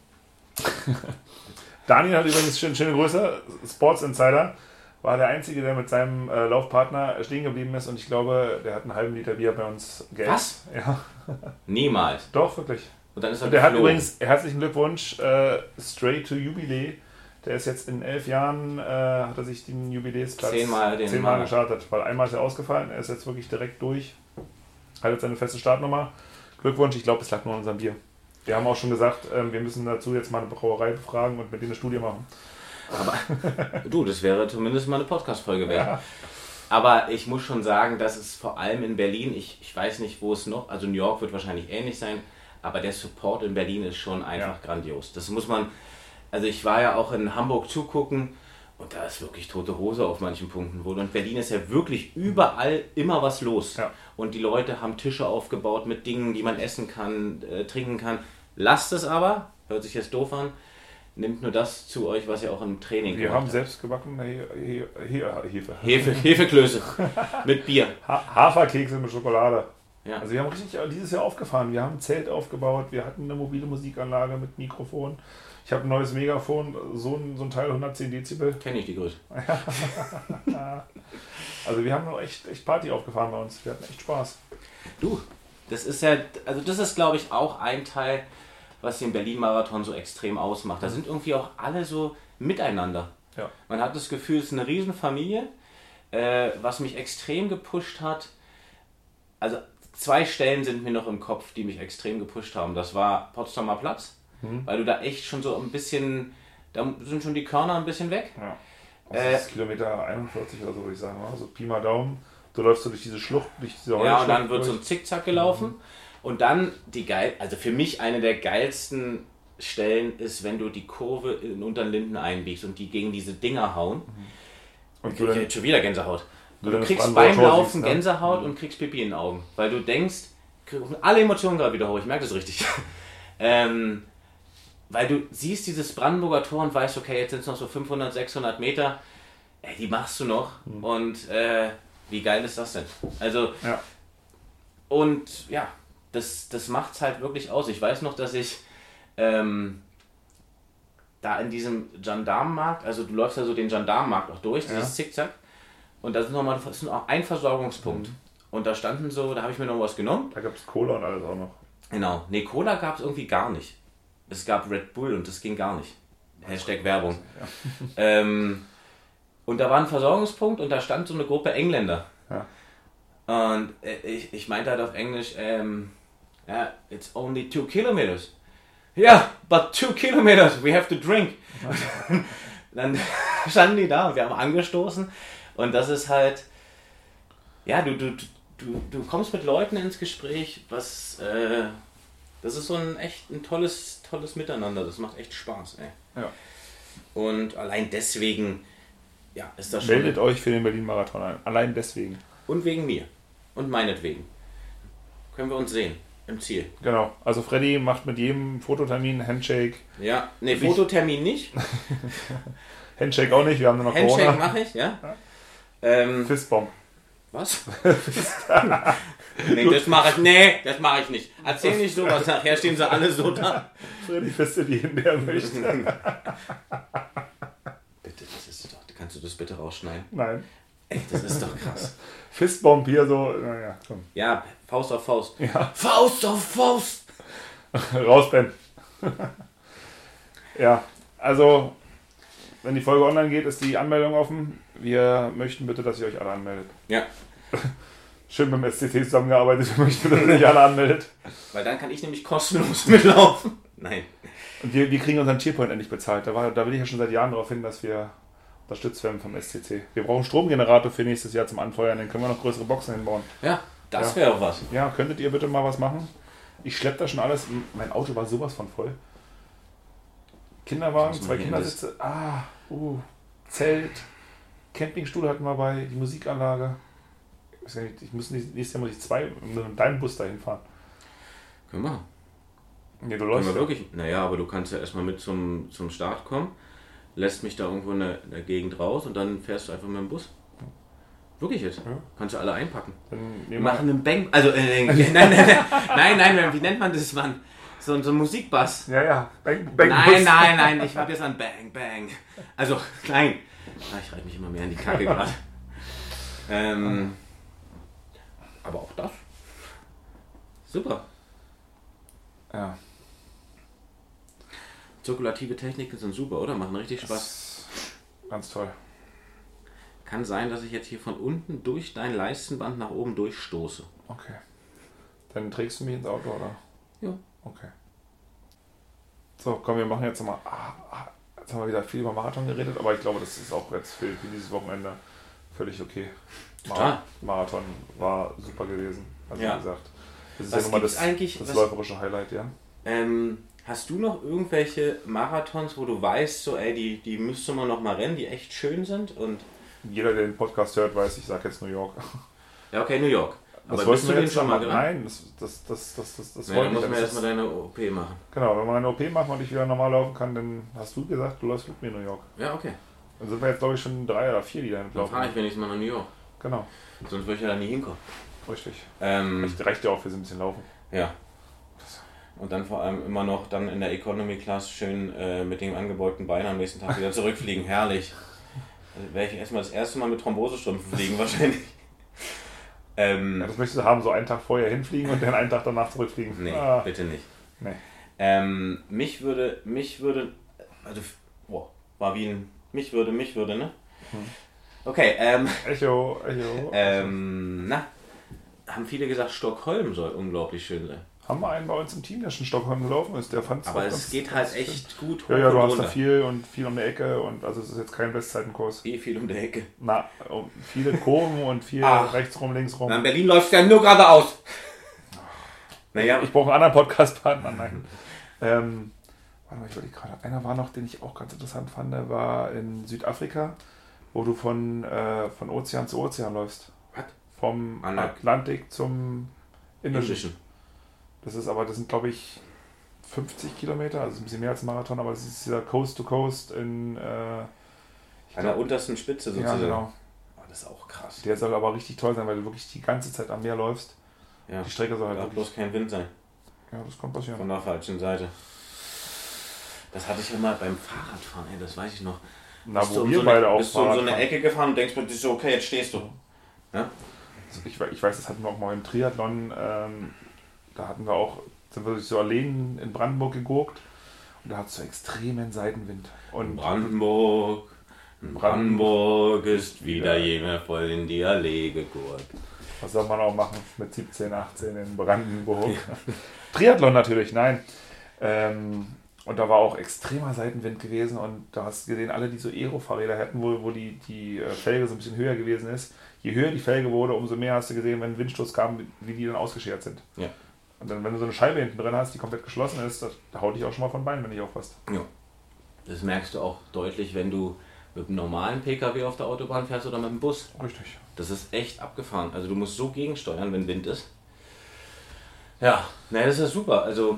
Daniel hat übrigens schön, schöne Grüße. Sports Insider war der Einzige, der mit seinem äh, Laufpartner stehen geblieben ist und ich glaube, der hat einen halben Liter Bier bei uns geäxt. Was? Ja. Niemals. Doch, wirklich. Und dann ist er Und der hat geflogen. übrigens, herzlichen Glückwunsch, äh, Straight to Jubilee. Der ist jetzt in elf Jahren, äh, hat er sich den Jubiläumsplatz Zehnmal den zehnmal Mal. gestartet, weil einmal ist er ausgefallen, er ist jetzt wirklich direkt durch, hat jetzt seine feste Startnummer. Glückwunsch, ich glaube, es lag nur an unserem Bier. Wir haben auch schon gesagt, ähm, wir müssen dazu jetzt mal eine Brauerei befragen und mit denen eine Studie machen. Aber du, das wäre zumindest mal eine Podcast-Folge wert. Ja. Aber ich muss schon sagen, dass es vor allem in Berlin, ich, ich weiß nicht, wo es noch, also New York wird wahrscheinlich ähnlich sein, aber der Support in Berlin ist schon einfach Ja. grandios. Das muss man, also ich war ja auch in Hamburg zugucken und da ist wirklich tote Hose auf manchen Punkten wohl. Und Berlin ist ja wirklich überall immer was los. Ja. Und die Leute haben Tische aufgebaut mit Dingen, die man essen kann, äh, trinken kann. Lasst es aber, hört sich jetzt doof an, nehmt nur das zu euch, was ihr auch im Training Wir gemacht haben habt. selbst gebackene He He He Hefe. Hefe, Hefeklöße mit Bier. Ha Haferkekse mit Schokolade. Ja. Also wir haben richtig dieses Jahr aufgefahren. Wir haben ein Zelt aufgebaut, wir hatten eine mobile Musikanlage mit Mikrofon. Ich habe ein neues Megafon, so ein, so ein Teil hundertzehn Dezibel. Kenne ich die Größe. Also wir haben noch echt, echt Party aufgefahren bei uns. Wir hatten echt Spaß. Du, das ist ja, also das ist glaube ich auch ein Teil, was den Berlin-Marathon so extrem ausmacht. Da sind irgendwie auch alle so miteinander. Ja. Man hat das Gefühl, es ist eine Riesenfamilie, äh, was mich extrem gepusht hat. Also zwei Stellen sind mir noch im Kopf, die mich extrem gepusht haben. Das war Potsdamer Platz, Mhm. weil du da echt schon so ein bisschen, da sind schon die Körner ein bisschen weg. Ja. Das Äh, ist Kilometer einundvierzig oder so, würde ich sagen. So Pi mal Daumen. Du läufst so durch diese Schlucht, durch diese Ja, und Heuschlucht dann wird so durch. ein Zickzack gelaufen. Mhm. Und dann die geil, also für mich eine der geilsten Stellen ist, wenn du die Kurve in unteren Linden einbiegst und die gegen diese Dinger hauen. Und Ich du krieg dann, jetzt schon wieder Gänsehaut. du Du, dann das kriegst Brandenburger beim Tor Laufen siehst, ne? Gänsehaut Mhm. und kriegst Pipi in den Augen. Weil du denkst, alle Emotionen gerade wieder hoch, ich merke das richtig. ähm, weil du siehst dieses Brandenburger Tor und weißt, okay, jetzt sind es noch so fünfhundert, sechshundert Meter. Ey, die machst du noch. Mhm. Und äh, wie geil ist das denn? Also, Ja. und ja, das, das macht es halt wirklich aus. Ich weiß noch, dass ich ähm, da in diesem Gendarmenmarkt, also du läufst ja so den Gendarmenmarkt auch durch, dieses Ja. Zickzack. Und da ist nochmal das ist noch ein Versorgungspunkt. Mhm. Und da standen so, da habe ich mir noch was genommen. Da gab es Cola und alles auch noch. Genau. Nee, Cola gab es irgendwie gar nicht. Es gab Red Bull und das ging gar nicht. Hashtag Werbung. Ja. Ähm, und da war ein Versorgungspunkt und da stand so eine Gruppe Engländer. Ja. Und äh, ich, ich meinte halt auf Englisch, ähm, yeah, it's only two kilometers. Yeah, but two kilometers, we have to drink. Dann standen die da und wir haben angestoßen. Und das ist halt, ja, du, du, du, du kommst mit Leuten ins Gespräch, was, äh, das ist so ein echt ein tolles, tolles Miteinander. Das macht echt Spaß, ey. Ja. Und allein deswegen, ja, ist das schon... Meldet euch für den Berlin-Marathon ein. Allein deswegen. Und wegen mir. Und meinetwegen. Können wir uns sehen. Im Ziel. Genau. Also Freddy macht mit jedem Fototermin einen Handshake. Ja, ne, Fototermin nicht. Handshake auch nicht, wir haben nur noch Handshake Corona. mache ich, ja. Ähm, Fistbomb. was? nee, das mache ich, nee, das mache ich nicht. Erzähl nicht sowas, nachher stehen sie alle so da. Freddy fistet jeden, der möchte. Bitte, das ist doch, kannst du das bitte rausschneiden? Nein. Ey, das ist doch krass. Fistbomb hier so, naja, komm. Ja, Faust auf Faust. Ja. Faust auf Faust! Raus, Ben. Ja, also, wenn die Folge online geht, ist die Anmeldung offen. Wir möchten bitte, dass ihr euch alle anmeldet. Ja. Schön beim S C T zusammengearbeitet, wir möchten, dass ihr euch alle anmeldet. Weil dann kann ich nämlich kostenlos mitlaufen. Nein. Und wir, wir kriegen unseren Cheerpoint endlich bezahlt. Da, war, da will ich ja schon seit Jahren darauf hin, dass wir unterstützt werden vom S C C. Wir brauchen einen Stromgenerator für nächstes Jahr zum Anfeuern, dann können wir noch größere Boxen hinbauen. Ja, das Ja. wäre auch was. Ja, könntet ihr bitte mal was machen? Ich schleppe da schon alles. Mein Auto war sowas von voll. Kinderwagen, Kannst du zwei mal hier Kindersitze, ah, uh, Zelt, Campingstuhl hatten wir bei, die Musikanlage. Ich weiß gar nicht, ich muss nicht, nächstes Jahr muss ich zwei mit deinem Bus dahin fahren. Können wir. Nee, du Können läufst wir ja. wirklich. Naja, aber du kannst ja erstmal mit zum, zum Start kommen, lässt mich da irgendwo in der, in der Gegend raus und dann fährst du einfach mit dem Bus. Wirklich jetzt. Ja. Kannst du alle einpacken. Dann Wir nehmen machen einen Bang. Also, äh, nein, nein, nein, nein, nein, wie nennt man das, Mann? So, so ein Musikbass. Ja, ja, Bang, Bang Nein, Bus. nein, nein, ich hab jetzt an Bang, Bang. Also, nein. Ah, ich reite mich immer mehr in die Kacke gerade. Ähm, aber auch das. Super. Ja. Zirkulative Techniken sind super, oder? Machen richtig Spaß. Das ist ganz toll. Kann sein, dass ich jetzt hier von unten durch dein Leistenband nach oben durchstoße. Okay. Dann trägst du mich ins Auto, oder? Ja. Okay. So, komm, wir machen jetzt nochmal. Ah, ah, jetzt haben wir wieder viel über Marathon geredet, aber ich glaube, das ist auch jetzt für, für dieses Wochenende völlig okay. Total. Marathon war super gewesen. Also Ja. wie gesagt, das ist Was ja nun mal gibt's das, eigentlich- das was- läuferische Highlight, ja. Ähm, hast du noch irgendwelche Marathons, wo du weißt, so, ey, die, die müsste man noch mal rennen, die echt schön sind? Und Jeder, der den Podcast hört, weiß, ich sage jetzt New York. ja, okay, New York. Das Aber wollten bist du wir den jetzt schon mal machen. gerannt? Nein, das, das, das, das, das, das Nee, dann wollte muss ich. man Das erstmal ist, deine O P machen. genau, wenn wir eine O P machen und ich wieder normal laufen kann, dann hast du gesagt, du läufst mit mir in New York. Ja, okay. Dann sind wir jetzt, glaube ich, schon drei oder vier, die da Dann laufen. fahre ich wenigstens mal nach New York. Genau, Sonst würde ich ja da nie hinkommen. richtig. Ähm, Reicht, reicht ja auch für so ein bisschen laufen. ja. Und dann vor allem immer noch dann in der Economy Class schön äh, mit dem angebeugten Bein am nächsten Tag wieder zurückfliegen. Herrlich. Also werde ich erstmal das erste Mal mit Thrombosestrümpfen fliegen wahrscheinlich. Ähm, Ja, das möchtest du haben, so einen Tag vorher hinfliegen und dann einen Tag danach zurückfliegen. nee, Ah, bitte nicht. nee. Ähm, mich würde, mich würde, also, boah, war wie ein, mich würde, mich würde, ne? Okay, ähm, Echo, Echo. ähm, na, haben viele gesagt, Stockholm soll unglaublich schön sein. Haben wir einen bei uns im Team, der schon in Stockholm gelaufen ist. Der fand Aber es geht halt echt gut hoch Ja, ja, du und hast da runter. viel und viel um die Ecke und also es ist jetzt kein Bestzeitenkurs. Eh viel um die Ecke. Na, um viele Kurven und viel Ach. rechts rum, links rum. Na, in Berlin läuft ja nur geradeaus. Naja, Ich brauche einen anderen Podcast-Partner. Nein. ähm, warte mal, ich wollte gerade. Einer war noch, den ich auch ganz interessant fand, der war in Südafrika, wo du von, äh, von Ozean zu Ozean läufst. Was? Vom Anak. Atlantik zum Indischen. Indischen. Das ist aber, das sind glaube ich fünfzig Kilometer, also ein bisschen mehr als ein Marathon, aber das ist dieser Coast to Coast in. Äh, ich An der glaub- untersten Spitze ja, sozusagen. genau. Oh, das ist auch krass. Der soll aber richtig toll sein, weil du wirklich die ganze Zeit am Meer läufst. Ja, Die Strecke soll halt darf wirklich. bloß kein Wind sein. Ja, das kann passieren. Von der falschen Seite. Das hatte ich immer beim Fahrradfahren, ey, das weiß ich noch. Na, Bist du wo um wir so eine, beide auch bist du um so eine fahren. Ecke gefahren und denkst plötzlich so, okay, jetzt stehst du. Ja? Also ich, we- ich weiß, das hatten wir auch mal im Triathlon. Ähm, da hatten wir auch, sind wir durch so Alleen in Brandenburg gegurkt und da hat es so extremen Seitenwind. Und Brandenburg, Brandenburg ist wieder jener voll in die Allee gegurkt. was soll man auch machen mit siebzehn, achtzehn in Brandenburg? Triathlon natürlich, nein. Ähm, und da war auch extremer Seitenwind gewesen und da hast du gesehen, alle, die so Aero-Fahrräder hätten, wo, wo die, die äh, Felge so ein bisschen höher gewesen ist, je höher die Felge wurde, umso mehr hast du gesehen, wenn ein Windstoß kam, wie die dann ausgeschert sind. Ja. Und dann, wenn du so eine Scheibe hinten drin hast, die komplett geschlossen ist, das haut dich auch schon mal von Beinen, wenn nicht aufpasst. Ja. Das merkst du auch deutlich, wenn du mit einem normalen P K W auf der Autobahn fährst oder mit dem Bus. Richtig. Das ist echt abgefahren. Also du musst so gegensteuern, wenn Wind ist. Ja, naja, das ist super. Also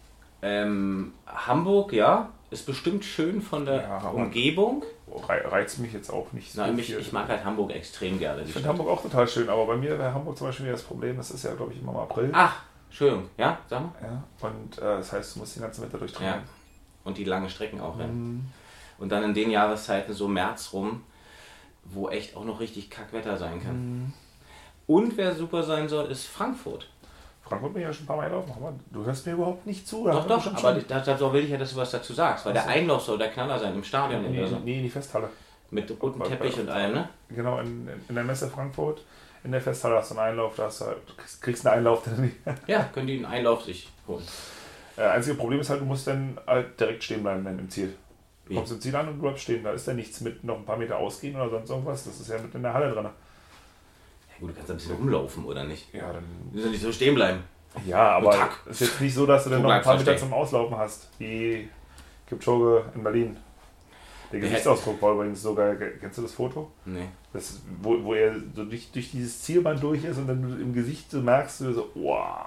ähm, Hamburg, ja, ist bestimmt schön von der Ja, Umgebung. Reizt mich jetzt auch nicht so Nein, mich, viel. ich mag halt Hamburg extrem gerne. Ich finde Hamburg auch total schön, aber bei mir bei Hamburg zum Beispiel das Problem, das ist ja, glaube ich, immer im April. Ach, Entschuldigung, ja, sag mal. Ja, und äh, das heißt, du musst den ganzen Winter Ja. durchtrainieren. Und die langen Strecken auch, ja. Mhm. Und dann in den Jahreszeiten so März rum, wo echt auch noch richtig Kackwetter sein kann. Mhm. Und wer super sein soll, ist Frankfurt. Frankfurt bin ich ja schon ein paar Mal gelaufen. Aber du hörst mir überhaupt nicht zu. Doch, oder? doch, Schon aber schon. da, da will ich ja, dass du was dazu sagst, weil Ach der so. Einlauf soll der Knaller sein im Stadion Nee, oder so. nee, die Festhalle. Mit rotem Bei- Teppich bei- und allem, ne? Genau, in, in der Messe Frankfurt, in der Festhalle hast du einen Einlauf, da hast du, halt- du kriegst, kriegst einen Einlauf. Den Ja, können die einen Einlauf sich holen. äh, einzige Problem ist halt, du musst dann halt direkt stehen bleiben dann im Ziel. Du Wie? kommst im Ziel an und du bleibst stehen. Da ist dann nichts mit noch ein paar Meter ausgehen oder sonst irgendwas. Das ist ja mit in der Halle drin. Ja gut, du kannst ein bisschen rumlaufen, oder nicht? Ja, dann, Du musst ja nicht so stehen bleiben. ja aber Tack. es ist jetzt nicht so, dass du dann So noch ein bleibst paar du Meter stehen. zum Auslaufen hast, wie Kipchoge in Berlin. Der Der Gesichtsausdruck war übrigens so geil. Kennst du das Foto? Nee. Das ist, wo, wo er so durch, durch dieses Zielband durch ist und dann du im Gesicht so merkst du so, wow.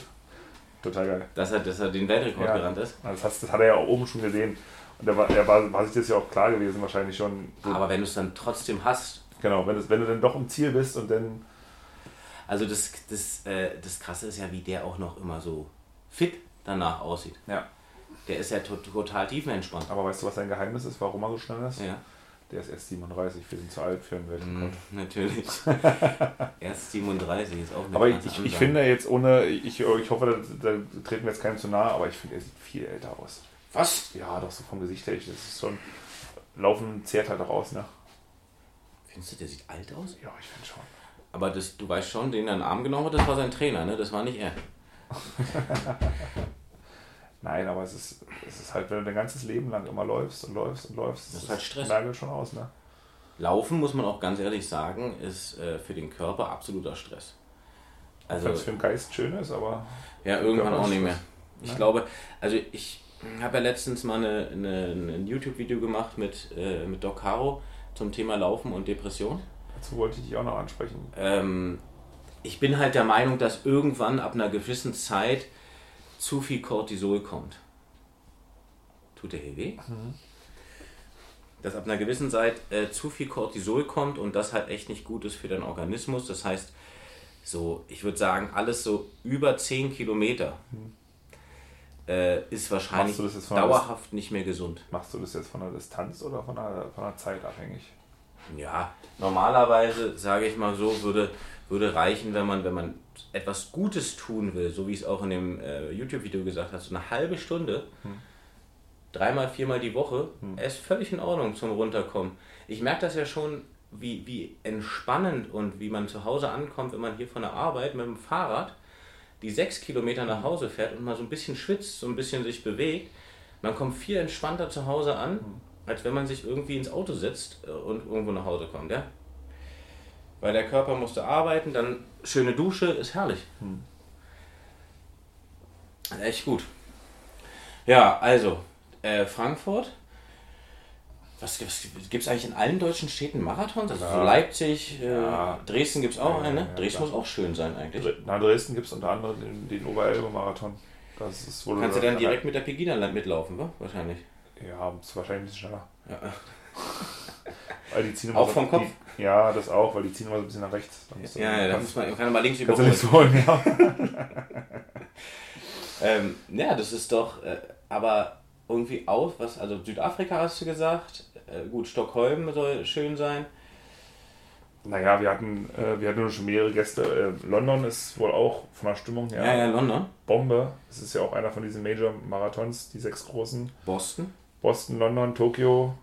Total geil. Dass er, dass er den Weltrekord Ja. gerannt ist. Das, hast, das hat er ja auch oben schon gesehen. Und er war, er war, war sich das ja auch klar gewesen, wahrscheinlich schon. So, Aber wenn du es dann trotzdem hast, genau, wenn, das, wenn du dann doch im Ziel bist und dann. also das, das, äh, das Krasse ist ja, wie der auch noch immer so fit danach aussieht. Ja. Der ist ja to total tiefenentspannt. Aber weißt du, was sein Geheimnis ist, warum er so schnell ist? Ja, Der ist erst siebenunddreißig, wir sind zu alt für einen Weltrekord. mm, natürlich. Erst siebenunddreißig ist auch eine Aber ich, krasse ich, ich Ansage. finde jetzt ohne, ich, ich hoffe, da, da treten wir jetzt keinem zu nahe, aber ich finde, er sieht viel älter aus. Was? Ja, doch so vom Gesicht her. Das ist schon. Laufen zehrt halt auch aus, ne? Findest du, der sieht alt aus? Ja, ich finde schon. Aber das, du weißt schon, den er in den Arm genommen hat, das war sein Trainer, ne? Das war nicht er. Nein, aber es ist, es ist halt, wenn du dein ganzes Leben lang immer läufst und läufst und läufst, Das ist halt Stress. nagelt schon aus, ne? Laufen, muss man auch ganz ehrlich sagen, ist äh, für den Körper absoluter Stress. Also, Also, wenn es für den Geist schön ist, aber. ja, irgendwann Körper auch nicht ist mehr. Stress. Ich Nein. glaube, also ich habe ja letztens mal eine, eine, ein YouTube-Video gemacht mit, äh, mit Doc Caro zum Thema Laufen und Depression. Dazu wollte ich dich auch noch ansprechen. Ähm, ich bin halt der Meinung, dass irgendwann ab einer gewissen Zeit zu viel Cortisol kommt. Tut der hier weh? Mhm. Dass ab einer gewissen Zeit äh, zu viel Cortisol kommt und das halt echt nicht gut ist für deinen Organismus. Das heißt, so, ich würde sagen, alles so über zehn Kilometer äh, ist wahrscheinlich Machst du das jetzt von der dauerhaft nicht mehr gesund. Machst du das jetzt von der Distanz oder von der, von der Zeit abhängig? Ja, normalerweise, sage ich mal so, würde, würde reichen, wenn man, wenn man etwas Gutes tun will, so wie ich es auch in dem äh, YouTube-Video gesagt habe, so eine halbe Stunde, Hm. dreimal, viermal die Woche, Hm. ist völlig in Ordnung zum Runterkommen. Ich merke das ja schon, wie, wie entspannend und wie man zu Hause ankommt, wenn man hier von der Arbeit mit dem Fahrrad die sechs Kilometer nach Hause fährt und mal so ein bisschen schwitzt, so ein bisschen sich bewegt. Man kommt viel entspannter zu Hause an, als wenn man sich irgendwie ins Auto setzt äh, und irgendwo nach Hause kommt, ja? Weil der Körper musste arbeiten, dann schöne Dusche, ist herrlich. Hm. Echt gut. Ja, also, äh, Frankfurt. Was gibt es eigentlich in allen deutschen Städten Marathons? Also so Ja. Leipzig, äh, Ja. Dresden gibt es auch Ja, einen, ne? ja, Dresden klar. muss auch schön sein eigentlich. Dre- Na, Dresden gibt es unter anderem den, den Oberelbe-Marathon. Das ist wohl. Kannst du dann direkt mit der Pegida mitlaufen, wa? Wahrscheinlich. Ja, ist wahrscheinlich ein bisschen schneller. Ja. Weil die ziehen immer Auch so, vom Kopf? Die, ja, das auch, weil die ziehen immer so ein bisschen nach rechts. Da musst du- Ja, ja, da kannst- muss man, kann man links kannst du überholen. nichts holen, ja. Ähm, ja, das ist doch, äh, aber irgendwie aus, was, also Südafrika hast du gesagt, äh, gut, Stockholm soll schön sein. Naja, wir hatten, äh, wir hatten schon mehrere Gäste. Äh, London ist wohl auch von der Stimmung her Ja, ja, London. Bombe. Das ist ja auch einer von diesen Major-Marathons, die sechs großen. Boston. Boston, London, Tokio,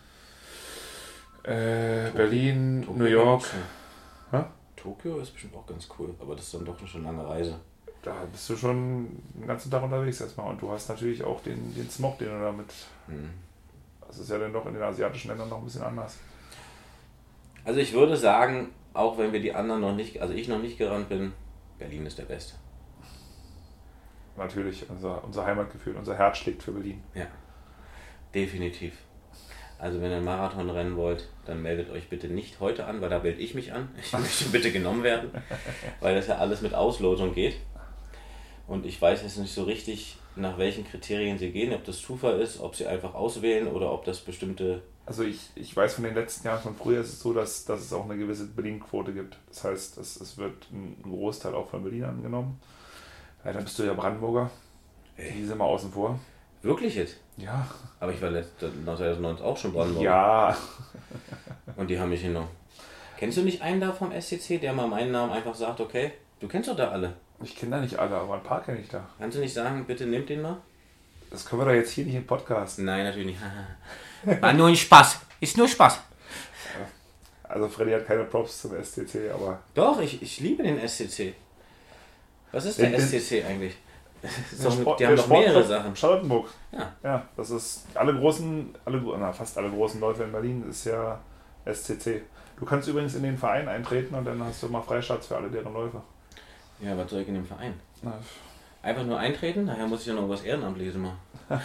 äh, Berlin, Tokio New York. ist Hä? Tokio ist bestimmt auch ganz cool, aber das ist dann doch schon eine lange Reise. Da bist du schon den ganzen Tag unterwegs erstmal. Und du hast natürlich auch den, den Smog, den du damit. Hm. Das ist ja dann doch in den asiatischen Ländern noch ein bisschen anders. Also ich würde sagen, auch wenn wir die anderen noch nicht, also ich noch nicht gerannt bin, Berlin ist der Beste. Natürlich, unser, unser Heimatgefühl, unser Herz schlägt für Berlin. Ja. Definitiv. Also wenn ihr einen Marathon rennen wollt, dann meldet euch bitte nicht heute an, weil da melde ich mich an. Ich möchte bitte genommen werden, weil das ja alles mit Auslosung geht. Und ich weiß jetzt nicht so richtig, nach welchen Kriterien sie gehen, ob das Zufall ist, ob sie einfach auswählen oder ob das bestimmte... Also ich, ich weiß von den letzten Jahren, von früher ist es so, dass, dass es auch eine gewisse Berlin-Quote gibt. Das heißt, es, es wird ein Großteil auch von Berlin angenommen. Ja, dann bist du ja Brandenburger. Ey. Die sind mal außen vor. Wirklich jetzt? Ja. Aber ich war neunzehnhundertneunzig auch schon Brandenburger. Ja. Und die haben mich hingenommen. Kennst du nicht einen da vom S C C, der mal meinen Namen einfach sagt, okay, du kennst doch da alle. Ich kenne da nicht alle, aber ein paar kenne ich da. Kannst du nicht sagen, bitte nimm den mal? Das können wir doch jetzt hier nicht im Podcast. Nein, natürlich nicht. War nur ein Spaß. Ist nur Spaß. Also Freddy hat keine Props zum S C C, aber... Doch, ich, ich liebe den S C C. Was ist der den, S C C eigentlich? Doch, Sport, die haben doch mehrere Sachen. Charlottenburg. Ja. Ja, das ist alle großen, alle, na, fast alle großen Läufe in Berlin ist ja S C C. Du kannst übrigens in den Verein eintreten und dann hast du mal Freistaats für alle deren Läufe. Ja, was soll ich in dem Verein? Na, Einfach nur eintreten? Nachher muss ich ja noch was Ehrenamtliches machen.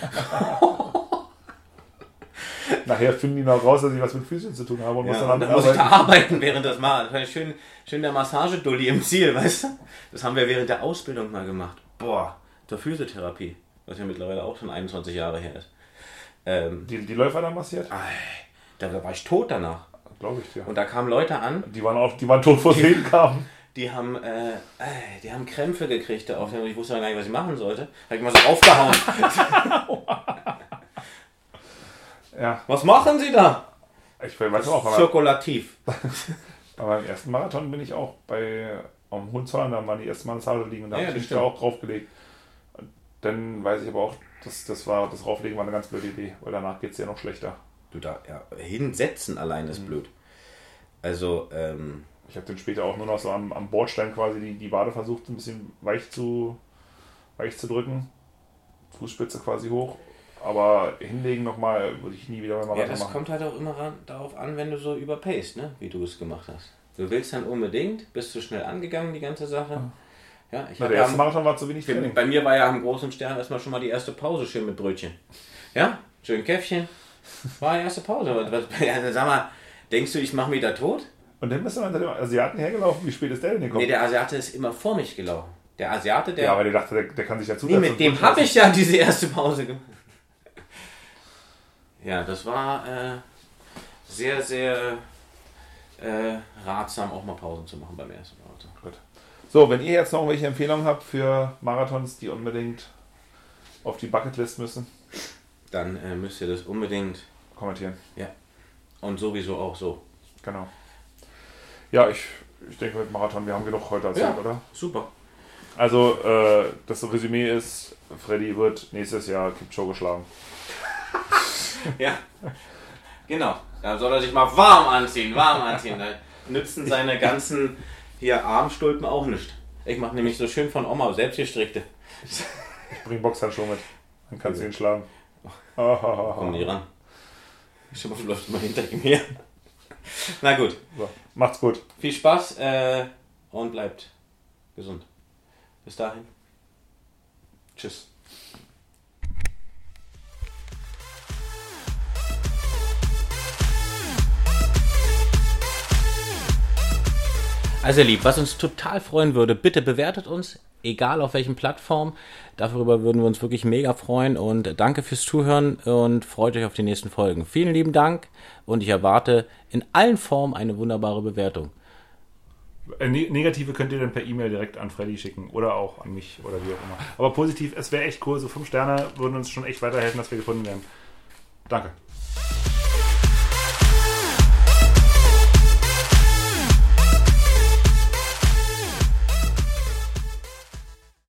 Nachher finden die noch raus, dass ich was mit Füßen zu tun habe und ja, muss dann, dann muss ich da arbeiten, während das mal. Das war schön, schön der Massagedulli im Ziel, weißt du? Das haben wir während der Ausbildung mal gemacht. Boah, zur Physiotherapie, was ja mittlerweile auch schon einundzwanzig Jahre her ist. Ähm, die, die Läufer dann massiert? Da war ich tot danach. Glaube ich dir. Und da kamen Leute an. Die waren auch, die waren tot, vor denen kamen. Die haben, äh, die haben Krämpfe gekriegt auf dem, ich wusste gar nicht, was ich machen sollte. Da hab ich mal so aufgehauen. Ja. Was machen Sie da? Ich weiß auch, aber zirkulativ. Bei meinem ersten Marathon bin ich auch bei am Hohenzollern, da waren die erste Massage liegen und da ja, habe ich mich da auch draufgelegt. Dann weiß ich aber auch, dass das war das Drauflegen war eine ganz blöde Idee, weil danach geht es ja noch schlechter. Du da ja, hinsetzen allein ist mhm. blöd. Also, ähm, ich habe dann später auch nur noch so am, am Bordstein quasi die, die Wade versucht, ein bisschen weich zu, weich zu drücken. Fußspitze quasi hoch. Aber hinlegen nochmal würde ich nie wieder mal ja, das machen. Kommt halt auch immer ran, darauf an, wenn du so überpaced, ne? Wie du es gemacht hast. Du willst dann unbedingt, bist du schnell angegangen, die ganze Sache. Mhm. Ja, ich Na, der erste Marathon war zu wenig Training. Bei mir war ja am großen Stern erstmal schon mal die erste Pause schön mit Brötchen. Ja, schön Käffchen. War die erste Pause. Ja, sag mal, denkst du, ich mache mich da tot? Und dann bist du hinter dem Asiaten hergelaufen. Wie spät ist der denn gekommen? Nee, der Asiate ist immer vor mich gelaufen. Der Asiate, der... Ja, aber der dachte, der, der kann sich dazu... Nee, mit dem habe ich ja diese erste Pause gemacht. Ja, das war äh, sehr, sehr äh, ratsam, auch mal Pausen zu machen beim ersten Marathon. Gut. So, wenn ihr jetzt noch irgendwelche Empfehlungen habt für Marathons, die unbedingt auf die Bucketlist müssen, dann äh, müsst ihr das unbedingt kommentieren. Ja. Und sowieso auch so. Genau. Ja, ich, ich denke mit Marathon, wir haben genug heute erzählt, ja, oder? Super. Also, äh, das Resümee ist, Freddy wird nächstes Jahr Kipchoge schlagen. Ja, genau. Da soll er sich mal warm anziehen, warm anziehen. Da nützen seine ganzen hier Armstulpen auch nicht. Ich mache nämlich so schön von Oma selbst gestrickte. Ich bring Boxhandschuhe mit. Dann kannst du ihn schlagen. Komm nie ran. Ich hoffe, du läufst mal hinter ihm her. Na gut. So, macht's gut. Viel Spaß äh, und bleibt gesund. Bis dahin. Tschüss. Also ihr Lieben, was uns total freuen würde, bitte bewertet uns, egal auf welchen Plattformen. Darüber würden wir uns wirklich mega freuen und danke fürs Zuhören und freut euch auf die nächsten Folgen. Vielen lieben Dank und ich erwarte in allen Formen eine wunderbare Bewertung. Negative könnt ihr dann per E-Mail direkt an Freddy schicken oder auch an mich oder wie auch immer. Aber positiv, es wäre echt cool, so fünf Sterne würden uns schon echt weiterhelfen, dass wir gefunden werden. Danke.